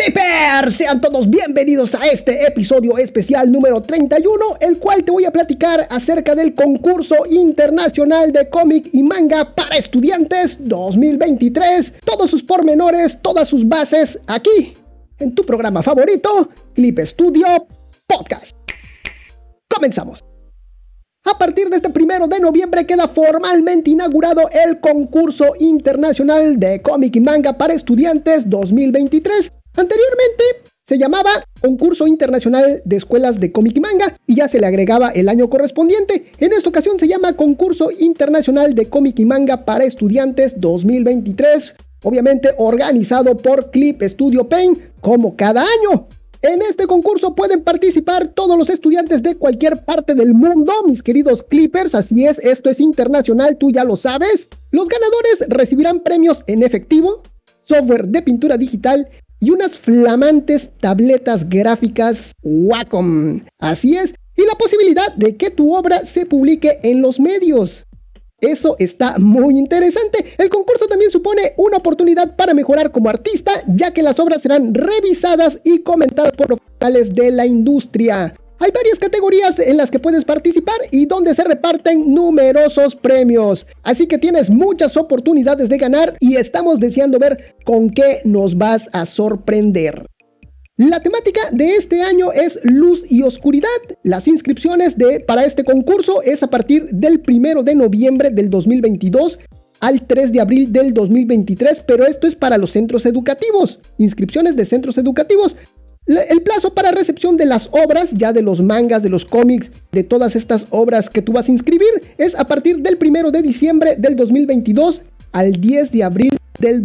Clippers, sean todos bienvenidos a este episodio especial número 31, el cual te voy a platicar acerca del concurso internacional de cómic y manga para estudiantes 2023, todos sus pormenores, todas sus bases, aquí, en tu programa favorito, Clip Studio Podcast. Comenzamos. A partir de este 1 de noviembre queda formalmente inaugurado el concurso internacional de cómic y manga para estudiantes 2023. Anteriormente se llamaba Concurso Internacional de Escuelas de Cómic y Manga y ya se le agregaba el año correspondiente. En esta ocasión se llama Concurso Internacional de Cómic y Manga para Estudiantes 2023, obviamente organizado por Clip Studio Paint, como cada año. En este concurso pueden participar todos los estudiantes de cualquier parte del mundo, mis queridos Clippers, así es, esto es internacional, tú ya lo sabes. Los ganadores recibirán premios en efectivo, software de pintura digital y unas flamantes tabletas gráficas Wacom. Así es, y la posibilidad de que tu obra se publique en los medios. Eso está muy interesante. El concurso también supone una oportunidad para mejorar como artista, ya que las obras serán revisadas y comentadas por profesionales de la industria. Hay varias categorías en las que puedes participar y donde se reparten numerosos premios. Así que tienes muchas oportunidades de ganar y estamos deseando ver con qué nos vas a sorprender. La temática de este año es luz y oscuridad. Las inscripciones para este concurso es a partir del 1 de noviembre del 2022 al 3 de abril del 2023, pero esto es para los centros educativos, inscripciones de centros educativos. El plazo para recepción de las obras, ya de los mangas, de los cómics, de todas estas obras que tú vas a inscribir, es a partir del 1 de diciembre del 2022 al 10 de abril del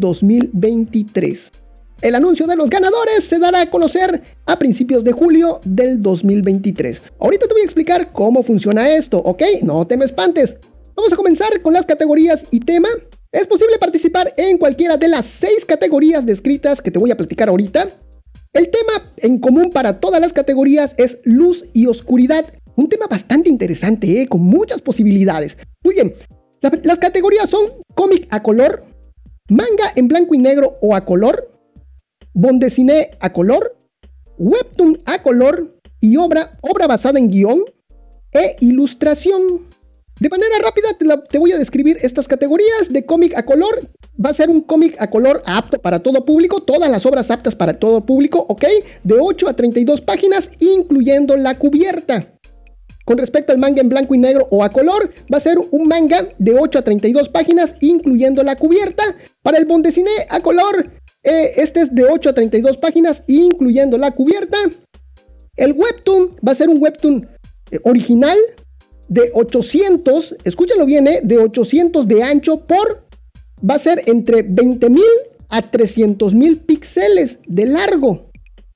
2023. El anuncio de los ganadores se dará a conocer a principios de julio del 2023. Ahorita te voy a explicar cómo funciona esto, ¿ok? No te me espantes. Vamos a comenzar con las categorías y tema. Es posible participar en cualquiera de las 6 categorías descritas que te voy a platicar ahorita. El tema en común para todas las categorías es luz y oscuridad. Un tema bastante interesante, con muchas posibilidades. Muy bien, las categorías son cómic a color, manga en blanco y negro o a color, bondesiné a color, webtoon a color y obra basada en guión e ilustración. De manera rápida te voy a describir estas categorías. De cómic a color, va a ser un cómic a color apto para todo público, todas las obras aptas para todo público, ¿ok? De 8 a 32 páginas, incluyendo la cubierta. Con respecto al manga en blanco y negro o a color, va a ser un manga de 8 a 32 páginas, incluyendo la cubierta. Para el bondesiné a color, este es de 8 a 32 páginas, incluyendo la cubierta. El webtoon va a ser un webtoon original de 800, escúchenlo bien, de 800 de ancho va a ser entre 20,000 a 300,000 píxeles de largo.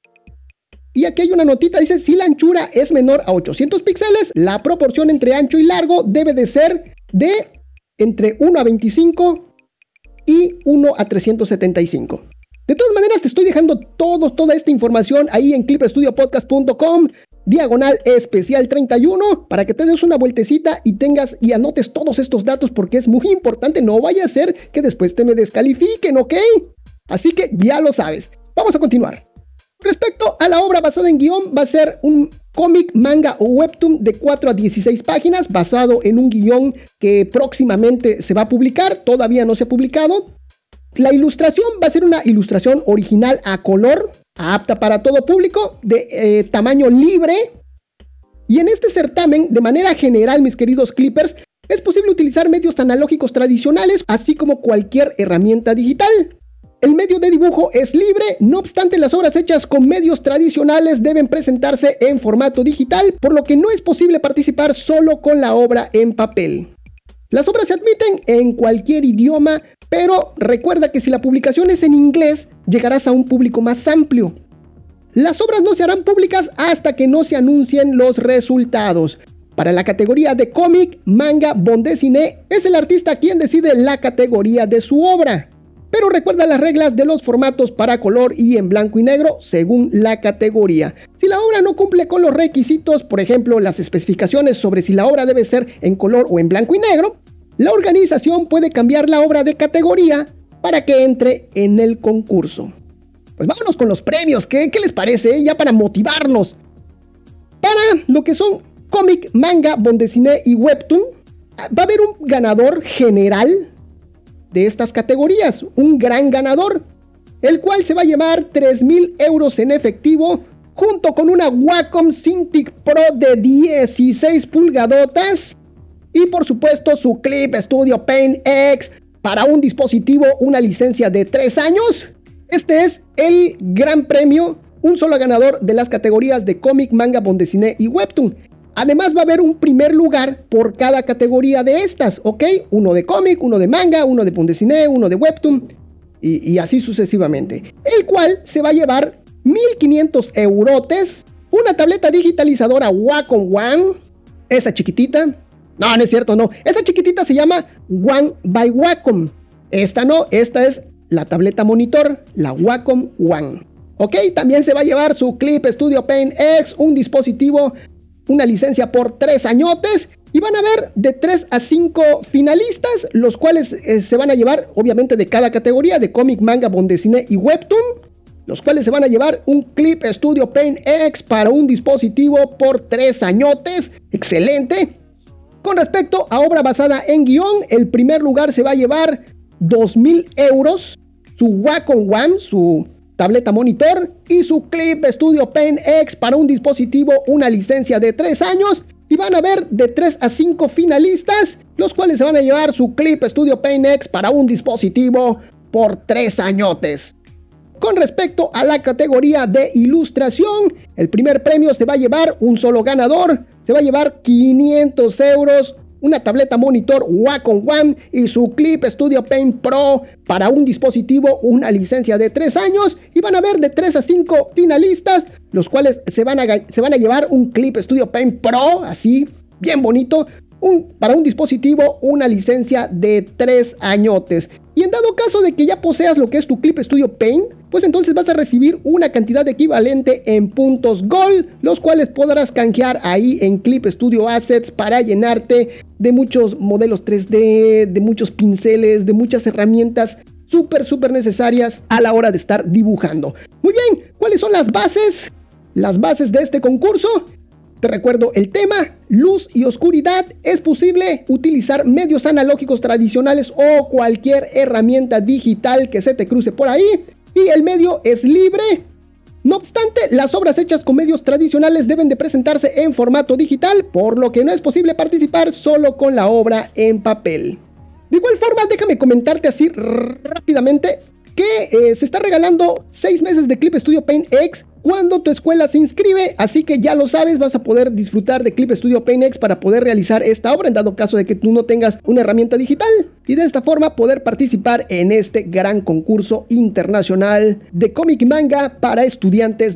Y aquí hay una notita, dice, si la anchura es menor a 800 píxeles, la proporción entre ancho y largo debe de ser de entre 1 a 25 y 1 a 375. De todas maneras, te estoy dejando toda esta información ahí en clipstudiopodcast.com, /especial 31, para que te des una vueltecita y anotes todos estos datos porque es muy importante. No vaya a ser que después te me descalifiquen, ¿ok? Así que ya lo sabes. Vamos a continuar. Respecto a la obra basada en guión, va a ser un cómic, manga o webtoon de 4 a 16 páginas basado en un guión que próximamente se va a publicar, todavía no se ha publicado. La ilustración va a ser una ilustración original a color, apta para todo público, de tamaño libre. Y en este certamen, de manera general, mis queridos Clippers, es posible utilizar medios analógicos tradicionales, así como cualquier herramienta digital. El medio de dibujo es libre, no obstante las obras hechas con medios tradicionales deben presentarse en formato digital, por lo que no es posible participar solo con la obra en papel. Las obras se admiten en cualquier idioma, pero recuerda que si la publicación es en inglés, llegarás a un público más amplio. Las obras no se harán públicas hasta que no se anuncien los resultados. Para la categoría de cómic, manga, bondesiné, es el artista quien decide la categoría de su obra. Pero recuerda las reglas de los formatos para color y en blanco y negro según la categoría. Si la obra no cumple con los requisitos, por ejemplo, las especificaciones sobre si la obra debe ser en color o en blanco y negro, la organización puede cambiar la obra de categoría para que entre en el concurso. Pues vámonos con los premios. ¿Qué les parece? Ya para motivarnos. Para lo que son cómic, manga, bande dessinée y webtoon, va a haber un ganador general de estas categorías. Un gran ganador, el cual se va a llevar 3,000 euros en efectivo, junto con una Wacom Cintiq Pro de 16 pulgadotas. Y por supuesto su Clip Studio Paint X para un dispositivo, una licencia de 3 años. Este es el gran premio, un solo ganador de las categorías de cómic, manga, bande dessinée y webtoon. Además va a haber un primer lugar por cada categoría de estas, ¿ok? Uno de cómic, uno de manga, uno de bande dessinée, uno de webtoon y así sucesivamente. El cual se va a llevar 1,500 eurotes, una tableta digitalizadora Wacom One, esa chiquitita. No es cierto, no. Esa chiquitita se llama One by Wacom. Esta no, esta es la tableta monitor, la Wacom One. Ok, también se va a llevar su Clip Studio Paint X, un dispositivo, una licencia por 3 añotes. Y van a haber de 3 a 5 finalistas, los cuales se van a llevar, obviamente, de cada categoría, de cómic, manga, bande dessinée y webtoon. Los cuales se van a llevar un Clip Studio Paint X para un dispositivo por 3 añotes. Excelente. Con respecto a obra basada en guión, el primer lugar se va a llevar 2,000 euros, su Wacom One, su tableta monitor, y su Clip Studio Paint X para un dispositivo, una licencia de 3 años. Y van a haber de 3 a 5 finalistas, los cuales se van a llevar su Clip Studio Paint X para un dispositivo por 3 añotes. Con respecto a la categoría de ilustración, el primer premio se va a llevar un solo ganador. Se va a llevar 500 euros, una tableta monitor Wacom One y su Clip Studio Paint Pro para un dispositivo, una licencia de 3 años. Y van a haber de 3 a 5 finalistas, los cuales se van a llevar un Clip Studio Paint Pro, así, bien bonito, para un dispositivo, una licencia de 3 añotes. Y en dado caso de que ya poseas lo que es tu Clip Studio Paint, pues entonces vas a recibir una cantidad equivalente en puntos Gold, los cuales podrás canjear ahí en Clip Studio Assets para llenarte de muchos modelos 3D, de muchos pinceles, de muchas herramientas súper necesarias a la hora de estar dibujando. Muy bien, ¿cuáles son las bases? Las bases de este concurso. Te recuerdo el tema: luz y oscuridad. Es posible utilizar medios analógicos tradicionales o cualquier herramienta digital que se te cruce por ahí. Y el medio es libre. No obstante, las obras hechas con medios tradicionales deben de presentarse en formato digital, por lo que no es posible participar solo con la obra en papel. De igual forma, déjame comentarte así rápidamente que se está regalando 6 meses de Clip Studio Paint X cuando tu escuela se inscribe, así que ya lo sabes, vas a poder disfrutar de Clip Studio Paint X para poder realizar esta obra en dado caso de que tú no tengas una herramienta digital, y de esta forma poder participar en este gran concurso internacional de cómic y manga para estudiantes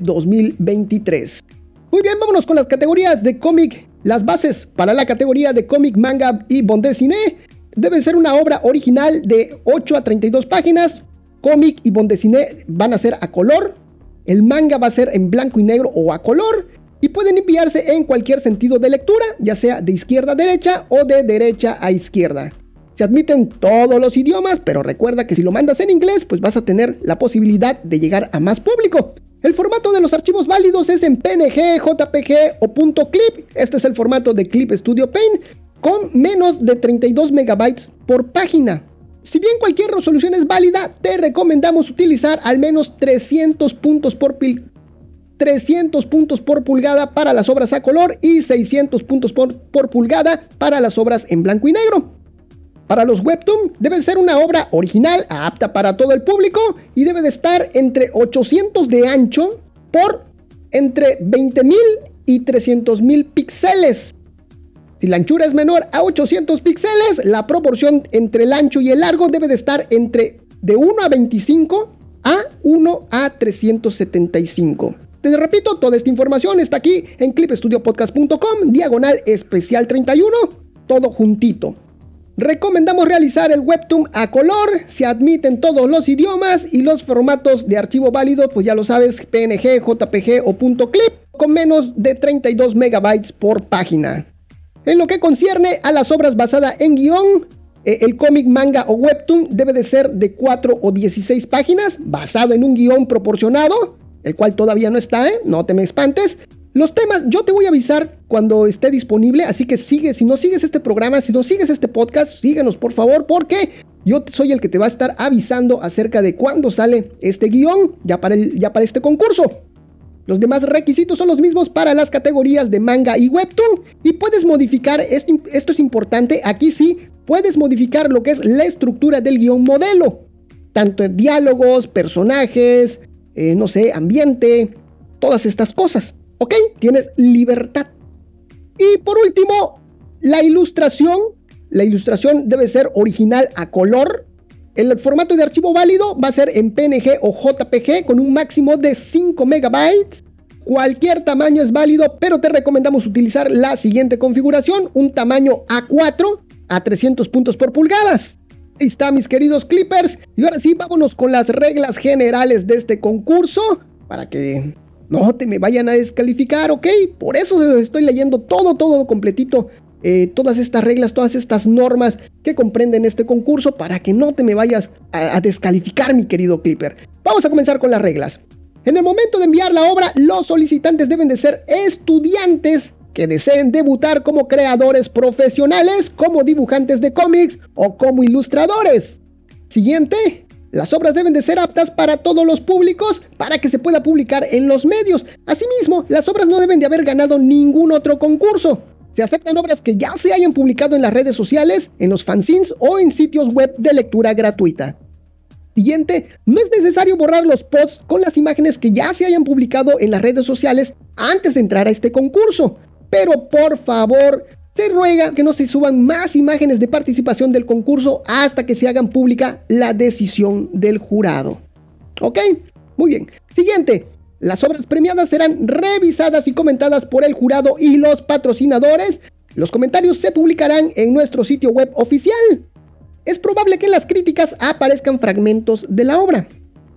2023. Muy bien, vámonos con las categorías de cómic. Las bases para la categoría de cómic, manga y bande dessinée deben ser una obra original de 8 a 32 páginas. Cómic y bande dessinée van a ser a color. El manga va a ser en blanco y negro o a color. Y pueden enviarse en cualquier sentido de lectura, ya sea de izquierda a derecha o de derecha a izquierda. Se admiten todos los idiomas, pero recuerda que si lo mandas en inglés, pues vas a tener la posibilidad de llegar a más público. El formato de los archivos válidos es en PNG, JPG o .clip. Este es el formato de Clip Studio Paint, con menos de 32 megabytes por página. Si bien cualquier resolución es válida, te recomendamos utilizar al menos 300 puntos por pulgada para las obras a color y 600 puntos por pulgada para las obras en blanco y negro. Para los webtoon debe ser una obra original, apta para todo el público, y debe de estar entre 800 de ancho por entre 20,000 y 300,000 píxeles. Si la anchura es menor a 800 píxeles, la proporción entre el ancho y el largo debe de estar entre de 1 a 25 a 1 a 375. Te repito, toda esta información está aquí en clipstudiopodcast.com, /especial 31, todo juntito. Recomendamos realizar el webtoon a color, se admiten todos los idiomas y los formatos de archivo válido, pues ya lo sabes, PNG, JPG o .clip, con menos de 32 megabytes por página. En lo que concierne a las obras basadas en guión, El cómic, manga o webtoon debe de ser de 4 o 16 páginas, basado en un guión proporcionado, el cual todavía no está, no te me espantes. Los temas, yo te voy a avisar cuando esté disponible, así que si no sigues este programa, si no sigues este podcast, síguenos por favor, porque yo soy el que te va a estar avisando acerca de cuándo sale este guión, ya para este concurso. Los demás requisitos son los mismos para las categorías de manga y webtoon, y puedes modificar, esto es importante, aquí sí, puedes modificar lo que es la estructura del guión modelo, tanto en diálogos, personajes, ambiente, todas estas cosas, ¿ok? Tienes libertad. Y por último, la ilustración debe ser original a color. El formato de archivo válido va a ser en PNG o JPG con un máximo de 5 megabytes. Cualquier tamaño es válido, pero te recomendamos utilizar la siguiente configuración, un tamaño A4 a 300 puntos por pulgadas. Ahí está, mis queridos clippers. Y ahora sí, vámonos con las reglas generales de este concurso, para que no te me vayan a descalificar, ¿ok? Por eso estoy leyendo todo completito. Todas estas reglas, todas estas normas que comprenden este concurso, para que no te me vayas a descalificar, mi querido clipper. Vamos a comenzar con las reglas. En el momento de enviar la obra, los solicitantes deben de ser estudiantes que deseen debutar como creadores profesionales, como dibujantes de cómics o como ilustradores. Siguiente, las obras deben de ser aptas para todos los públicos para que se pueda publicar en los medios. Asimismo, las obras no deben de haber ganado ningún otro concurso. Se aceptan obras que ya se hayan publicado en las redes sociales, en los fanzines o en sitios web de lectura gratuita. Siguiente, no es necesario borrar los posts con las imágenes que ya se hayan publicado en las redes sociales antes de entrar a este concurso. Pero por favor, se ruega que no se suban más imágenes de participación del concurso hasta que se hagan pública la decisión del jurado. ¿Ok? Muy bien. Siguiente. Las obras premiadas serán revisadas y comentadas por el jurado y los patrocinadores. Los comentarios se publicarán en nuestro sitio web oficial. Es probable que en las críticas aparezcan fragmentos de la obra.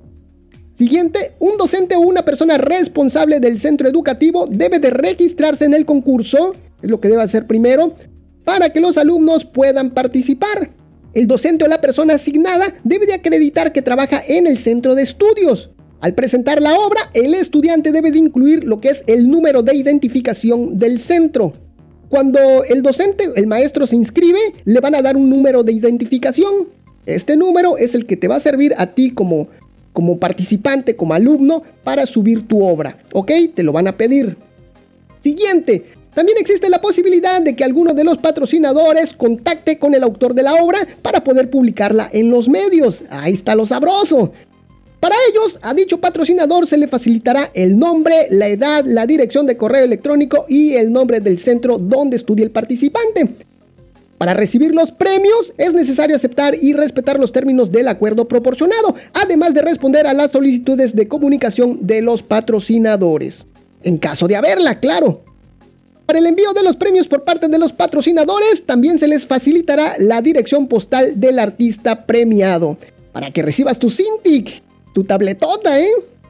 Siguiente, un docente o una persona responsable del centro educativo debe de registrarse en el concurso, es lo que debe hacer primero, para que los alumnos puedan participar. El docente o la persona asignada debe de acreditar que trabaja en el centro de estudios. Al presentar la obra, el estudiante debe de incluir lo que es el número de identificación del centro. Cuando el docente, el maestro se inscribe, le van a dar un número de identificación. Este número es el que te va a servir a ti como participante, como alumno, para subir tu obra, ¿ok? Te lo van a pedir. Siguiente. También existe la posibilidad de que alguno de los patrocinadores contacte con el autor de la obra para poder publicarla en los medios. Ahí está lo sabroso. Para ellos, a dicho patrocinador se le facilitará el nombre, la edad, la dirección de correo electrónico y el nombre del centro donde estudia el participante. Para recibir los premios es necesario aceptar y respetar los términos del acuerdo proporcionado, además de responder a las solicitudes de comunicación de los patrocinadores. En caso de haberla, claro. Para el envío de los premios por parte de los patrocinadores, también se les facilitará la dirección postal del artista premiado, para que recibas tu Cintiq, tu tabletota,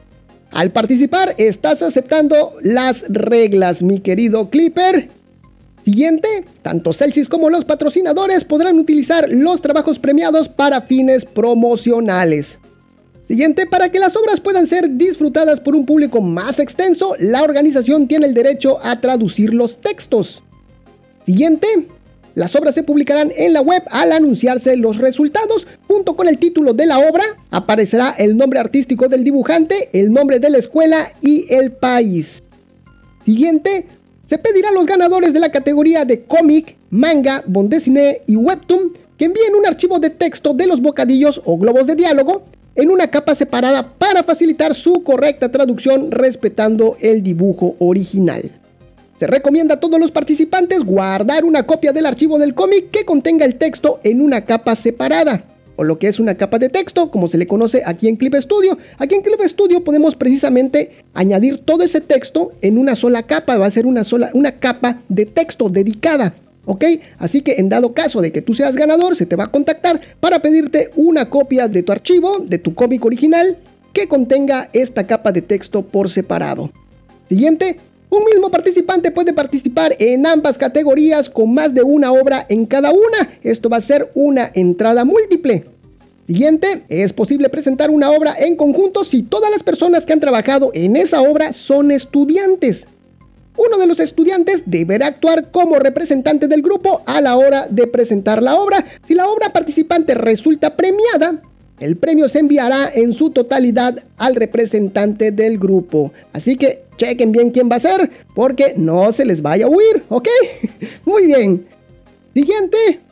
Al participar, estás aceptando las reglas, mi querido clipper. Siguiente, tanto Celsius como los patrocinadores podrán utilizar los trabajos premiados para fines promocionales. Siguiente, para que las obras puedan ser disfrutadas por un público más extenso, la organización tiene el derecho a traducir los textos. Siguiente, las obras se publicarán en la web al anunciarse los resultados. Junto con el título de la obra, aparecerá el nombre artístico del dibujante, el nombre de la escuela y el país. Siguiente, se pedirá a los ganadores de la categoría de cómic, manga, bande dessinée y webtoon que envíen un archivo de texto de los bocadillos o globos de diálogo en una capa separada para facilitar su correcta traducción respetando el dibujo original. Se recomienda a todos los participantes guardar una copia del archivo del cómic que contenga el texto en una capa separada, o lo que es una capa de texto, como se le conoce aquí en Clip Studio. Aquí en Clip Studio podemos precisamente añadir todo ese texto en una sola capa, va a ser una capa de texto dedicada, ¿ok? Así que en dado caso de que tú seas ganador, se te va a contactar para pedirte una copia de tu archivo, de tu cómic original, que contenga esta capa de texto por separado. Siguiente. Un mismo participante puede participar en ambas categorías con más de una obra en cada una. Esto va a ser una entrada múltiple. Siguiente, es posible presentar una obra en conjunto si todas las personas que han trabajado en esa obra son estudiantes. Uno de los estudiantes deberá actuar como representante del grupo a la hora de presentar la obra. Si la obra participante resulta premiada, el premio se enviará en su totalidad al representante del grupo. Así que chequen bien quién va a ser, porque no se les vaya a huir, ¿ok? Muy bien. Siguiente.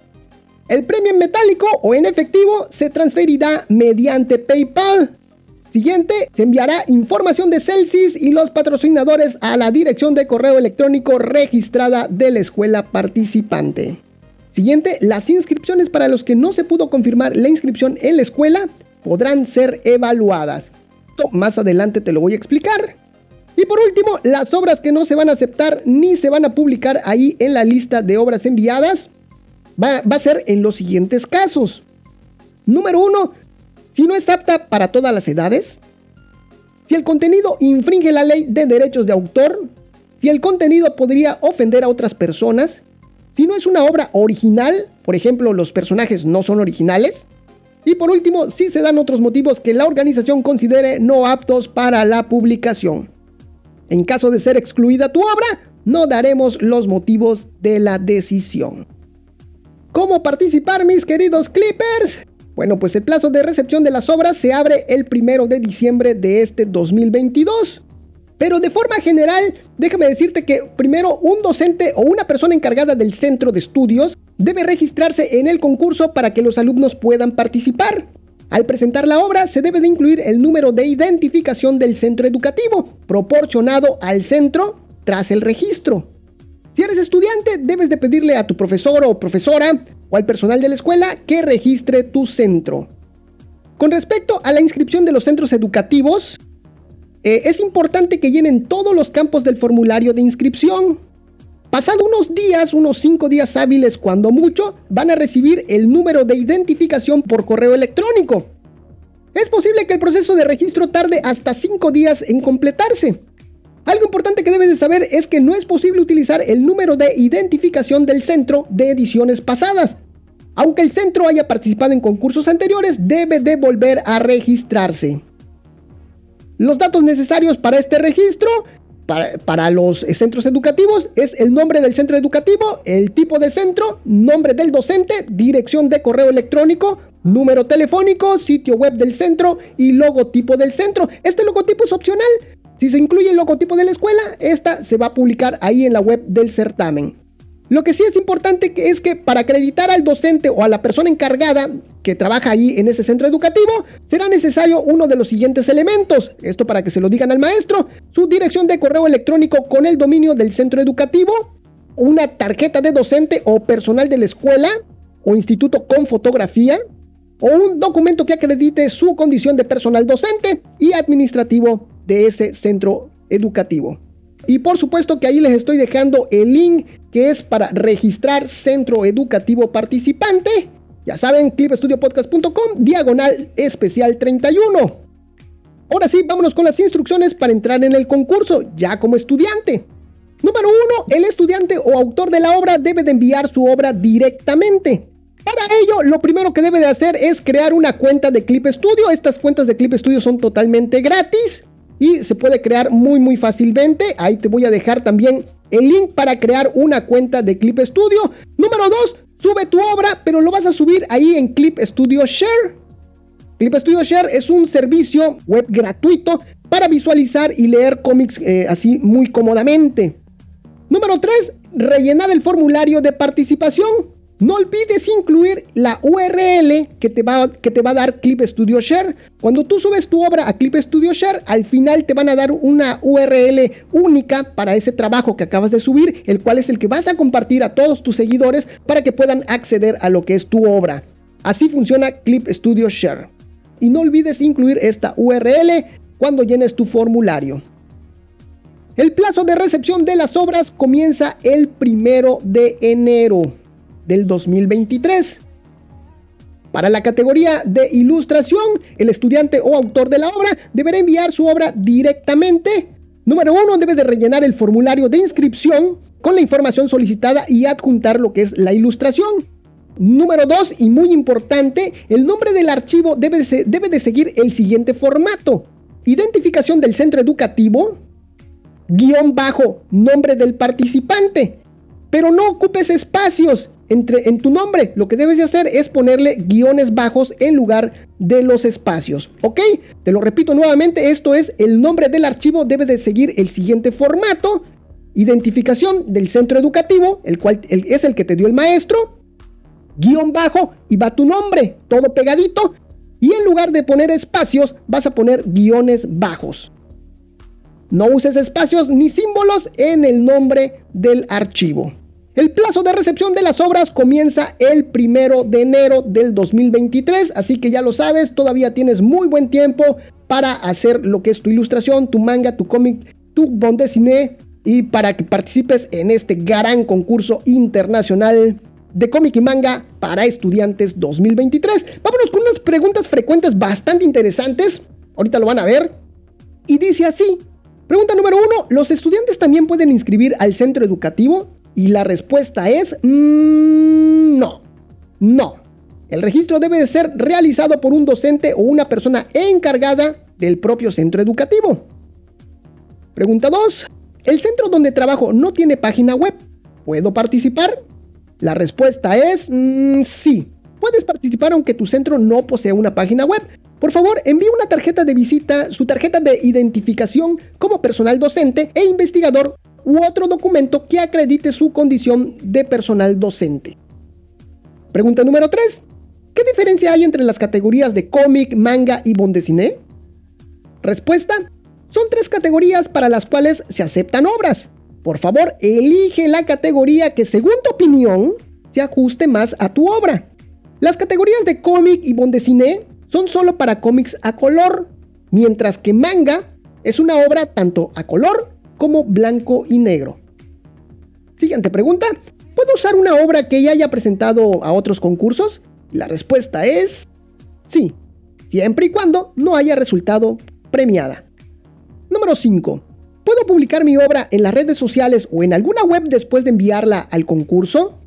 El premio en metálico o en efectivo se transferirá mediante PayPal. Siguiente, se enviará información de Celsys y los patrocinadores a la dirección de correo electrónico registrada de la escuela participante. Siguiente, las inscripciones para los que no se pudo confirmar la inscripción en la escuela podrán ser evaluadas. Esto más adelante te lo voy a explicar. Y por último, las obras que no se van a aceptar ni se van a publicar ahí en la lista de obras enviadas va a ser en los siguientes casos. Número 1. Si no es apta para todas las edades. Si el contenido infringe la ley de derechos de autor. Si el contenido podría ofender a otras personas. Si no es una obra original, por ejemplo, los personajes no son originales. Y por último, si se dan otros motivos que la organización considere no aptos para la publicación. En caso de ser excluida tu obra, no daremos los motivos de la decisión. ¿Cómo participar, mis queridos Clippers? Bueno, pues el plazo de recepción de las obras se abre el 1 de diciembre de este 2022. Pero de forma general, déjame decirte que primero un docente o una persona encargada del centro de estudios debe registrarse en el concurso para que los alumnos puedan participar. Al presentar la obra se debe de incluir el número de identificación del centro educativo, proporcionado al centro tras el registro. Si eres estudiante, debes de pedirle a tu profesor o profesora o al personal de la escuela que registre tu centro. Con respecto a la inscripción de los centros educativos, es importante que llenen todos los campos del formulario de inscripción. Pasado unos días, unos 5 días hábiles cuando mucho, van a recibir el número de identificación por correo electrónico. Es posible que el proceso de registro tarde hasta 5 días en completarse. Algo importante que debes de saber es que no es posible utilizar el número de identificación del centro de ediciones pasadas. Aunque el centro haya participado en concursos anteriores, debe de volver a registrarse. Los datos necesarios para este registro, para los centros educativos, es el nombre del centro educativo, el tipo de centro, nombre del docente, dirección de correo electrónico, número telefónico, sitio web del centro y logotipo del centro. Este logotipo es opcional. Si se incluye el logotipo de la escuela, esta se va a publicar ahí en la web del certamen. Lo que sí es importante es que para acreditar al docente o a la persona encargada que trabaja ahí en ese centro educativo, será necesario uno de los siguientes elementos. Esto para que se lo digan al maestro: su dirección de correo electrónico con el dominio del centro educativo, una tarjeta de docente o personal de la escuela o instituto con fotografía, o un documento que acredite su condición de personal docente y administrativo de ese centro educativo. Y por supuesto que ahí les estoy dejando el link que es para registrar centro educativo participante. Ya saben, clipstudiopodcast.com/especial 31. Ahora sí, vámonos con las instrucciones para entrar en el concurso, ya como estudiante. Número 1, el estudiante o autor de la obra debe de enviar su obra directamente. Para ello, lo primero que debe de hacer es crear una cuenta de Clip Studio. Estas cuentas de Clip Studio son totalmente gratis y se puede crear muy fácilmente. Ahí te voy a dejar también el link para crear una cuenta de Clip Studio. Número 2, sube tu obra, pero lo vas a subir ahí en Clip Studio Share. Clip Studio Share es un servicio web gratuito para visualizar y leer cómics así muy cómodamente. Número 3, rellenar el formulario de participación. No olvides incluir la URL que te va a dar Clip Studio Share. Cuando tú subes tu obra a Clip Studio Share, al final te van a dar una URL única para ese trabajo que acabas de subir, el cual es el que vas a compartir a todos tus seguidores para que puedan acceder a lo que es tu obra. Así funciona Clip Studio Share. Y no olvides incluir esta URL cuando llenes tu formulario. El plazo de recepción de las obras comienza el 1 de enero del 2023. Para la categoría de ilustración, el estudiante o autor de la obra deberá enviar su obra directamente. Número 1, debes de rellenar el formulario de inscripción con la información solicitada y adjuntar lo que es la ilustración. Número 2, y muy importante, el nombre del archivo debe de seguir el siguiente formato: identificación del centro educativo, _ nombre del participante. Pero no ocupes espacios en tu nombre. Lo que debes de hacer es ponerle guiones bajos en lugar de los espacios, ¿ok? Te lo repito nuevamente, esto es: el nombre del archivo debe de seguir el siguiente formato: identificación del centro educativo, el cual es el que te dio el maestro, _ y va tu nombre, todo pegadito, y en lugar de poner espacios vas a poner guiones bajos. No uses espacios ni símbolos en el nombre del archivo. El plazo de recepción de las obras comienza el 1 de enero del 2023, así que ya lo sabes, todavía tienes muy buen tiempo para hacer lo que es tu ilustración, tu manga, tu cómic, tu bande dessinée, y para que participes en este gran concurso internacional de cómic y manga para estudiantes 2023. Vámonos con unas preguntas frecuentes bastante interesantes, ahorita lo van a ver, y dice así. Pregunta número 1, ¿los estudiantes también pueden inscribir al centro educativo? Y la respuesta es no. El registro debe de ser realizado por un docente o una persona encargada del propio centro educativo. Pregunta 2, ¿el centro donde trabajo no tiene página web? ¿Puedo participar? La respuesta es sí. Puedes participar aunque tu centro no posea una página web. Por favor, envíe una tarjeta de visita, su tarjeta de identificación como personal docente e investigador u otro documento que acredite su condición de personal docente. Pregunta número 3. ¿Qué diferencia hay entre las categorías de cómic, manga y bande dessinée? Respuesta: son 3 categorías para las cuales se aceptan obras. Por favor, elige la categoría que según tu opinión se ajuste más a tu obra. Las categorías de cómic y bande dessinée son solo para cómics a color, mientras que manga es una obra tanto a color como blanco y negro. Siguiente pregunta: ¿puedo usar una obra que ya haya presentado a otros concursos? La respuesta es sí, siempre y cuando no haya resultado premiada. Número 5. ¿Puedo publicar mi obra en las redes sociales o en alguna web después de enviarla al concurso?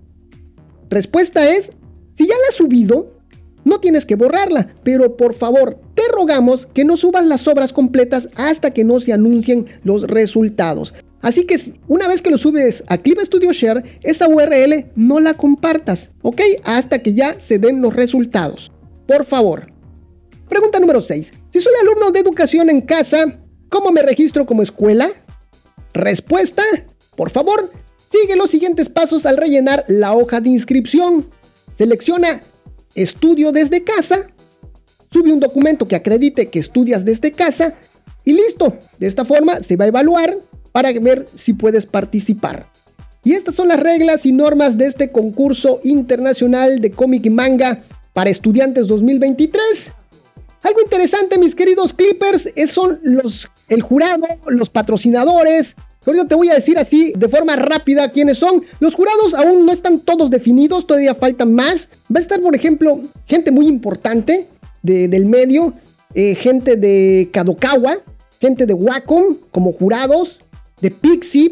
Respuesta es: si ya la has subido, no tienes que borrarla, pero por favor, te rogamos que no subas las obras completas hasta que no se anuncien los resultados. Así que una vez que lo subes a Clip Studio Share, esa URL no la compartas, ¿ok? Hasta que ya se den los resultados. Por favor. Pregunta número 6. Si soy alumno de educación en casa, ¿cómo me registro como escuela? Respuesta: por favor, sigue los siguientes pasos al rellenar la hoja de inscripción. Selecciona Estudio desde casa, sube un documento que acredite que estudias desde casa y listo. De esta forma se va a evaluar para ver si puedes participar. Y estas son las reglas y normas de este concurso internacional de cómic y manga para estudiantes 2023. Algo interesante, mis queridos clippers, son el jurado, los patrocinadores. Ahorita te voy a decir así de forma rápida quiénes son. Los jurados aún no están todos definidos, todavía faltan más. Va a estar, por ejemplo, gente muy importante del medio, gente de Kadokawa, gente de Wacom como jurados, de Pixip,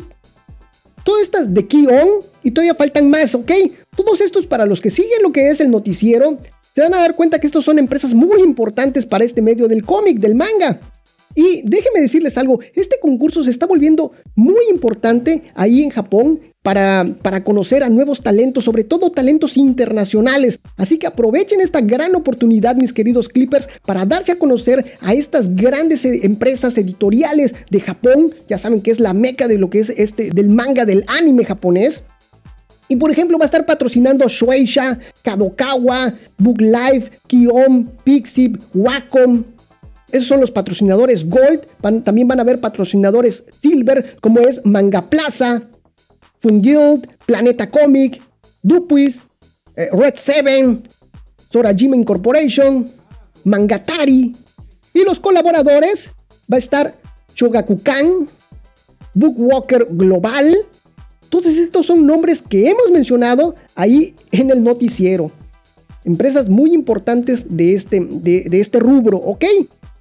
todas estas de Kion, y todavía faltan más, ¿ok? Todos estos, para los que siguen lo que es el noticiero, se van a dar cuenta que estos son empresas muy importantes para este medio del cómic, del manga. Y déjenme decirles algo, este concurso se está volviendo muy importante ahí en Japón para conocer a nuevos talentos, sobre todo talentos internacionales. Así que aprovechen esta gran oportunidad, mis queridos clippers, para darse a conocer a estas grandes empresas editoriales de Japón. Ya saben que es la meca de lo que es del manga, del anime japonés. Y por ejemplo va a estar patrocinando Shueisha, Kadokawa, Book Life, Kion, Pixip, Wacom. Esos son los patrocinadores Gold. También van a haber patrocinadores Silver, como es Manga Plaza, Funguild, Planeta Comic, Dupuis, Red Seven, Sorajima Incorporation, Mangatari. Y los colaboradores va a estar Shogakukan, Bookwalker Global. Todos estos son nombres que hemos mencionado ahí en el noticiero. Empresas muy importantes de este rubro, ¿ok?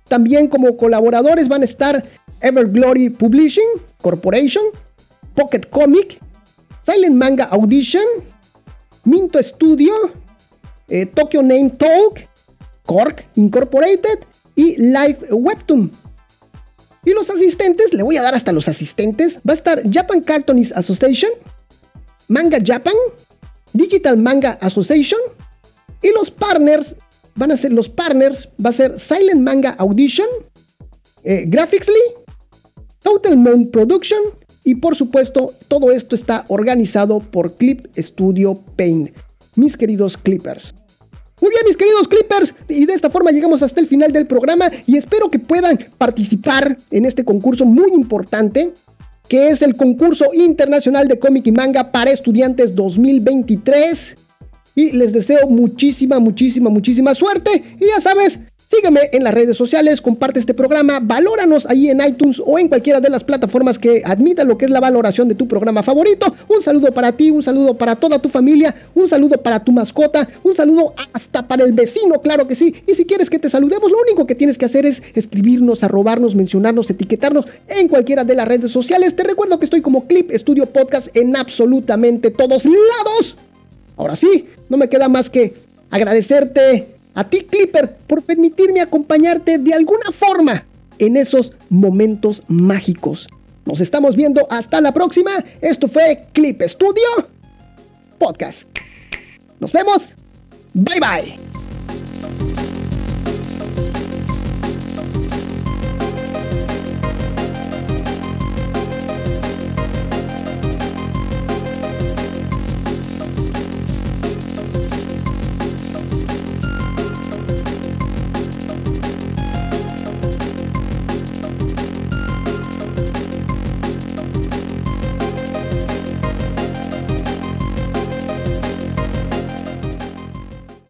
También como colaboradores van a estar Everglory Publishing Corporation, Pocket Comic, Silent Manga Audition, Minto Studio, Tokyo Name Talk, Cork Incorporated y Live Webtoon. Y los asistentes, le voy a dar hasta los asistentes. Va a estar Japan Cartoonist Association, Manga Japan, Digital Manga Association. Y los partners, va a ser Silent Manga Audition, Graphicly, Total Moon Production. Y por supuesto, todo esto está organizado por Clip Studio Paint, mis queridos Clippers. Muy bien, mis queridos Clippers, y de esta forma llegamos hasta el final del programa y espero que puedan participar en este concurso muy importante, que es el Concurso Internacional de Cómic y Manga para Estudiantes 2023. Y les deseo muchísima suerte. Y ya sabes, sígueme en las redes sociales, comparte este programa, valóranos ahí en iTunes o en cualquiera de las plataformas que admitan lo que es la valoración de tu programa favorito. Un saludo para ti, un saludo para toda tu familia, un saludo para tu mascota, un saludo hasta para el vecino, claro que sí. Y si quieres que te saludemos, lo único que tienes que hacer es escribirnos, arrobarnos, mencionarnos, etiquetarnos en cualquiera de las redes sociales. Te recuerdo que estoy como Clip Studio Podcast en absolutamente todos lados. Ahora sí, no me queda más que agradecerte a ti, Clipper, por permitirme acompañarte de alguna forma en esos momentos mágicos. Nos estamos viendo hasta la próxima. Esto fue Clip Studio Podcast. Nos vemos. Bye bye.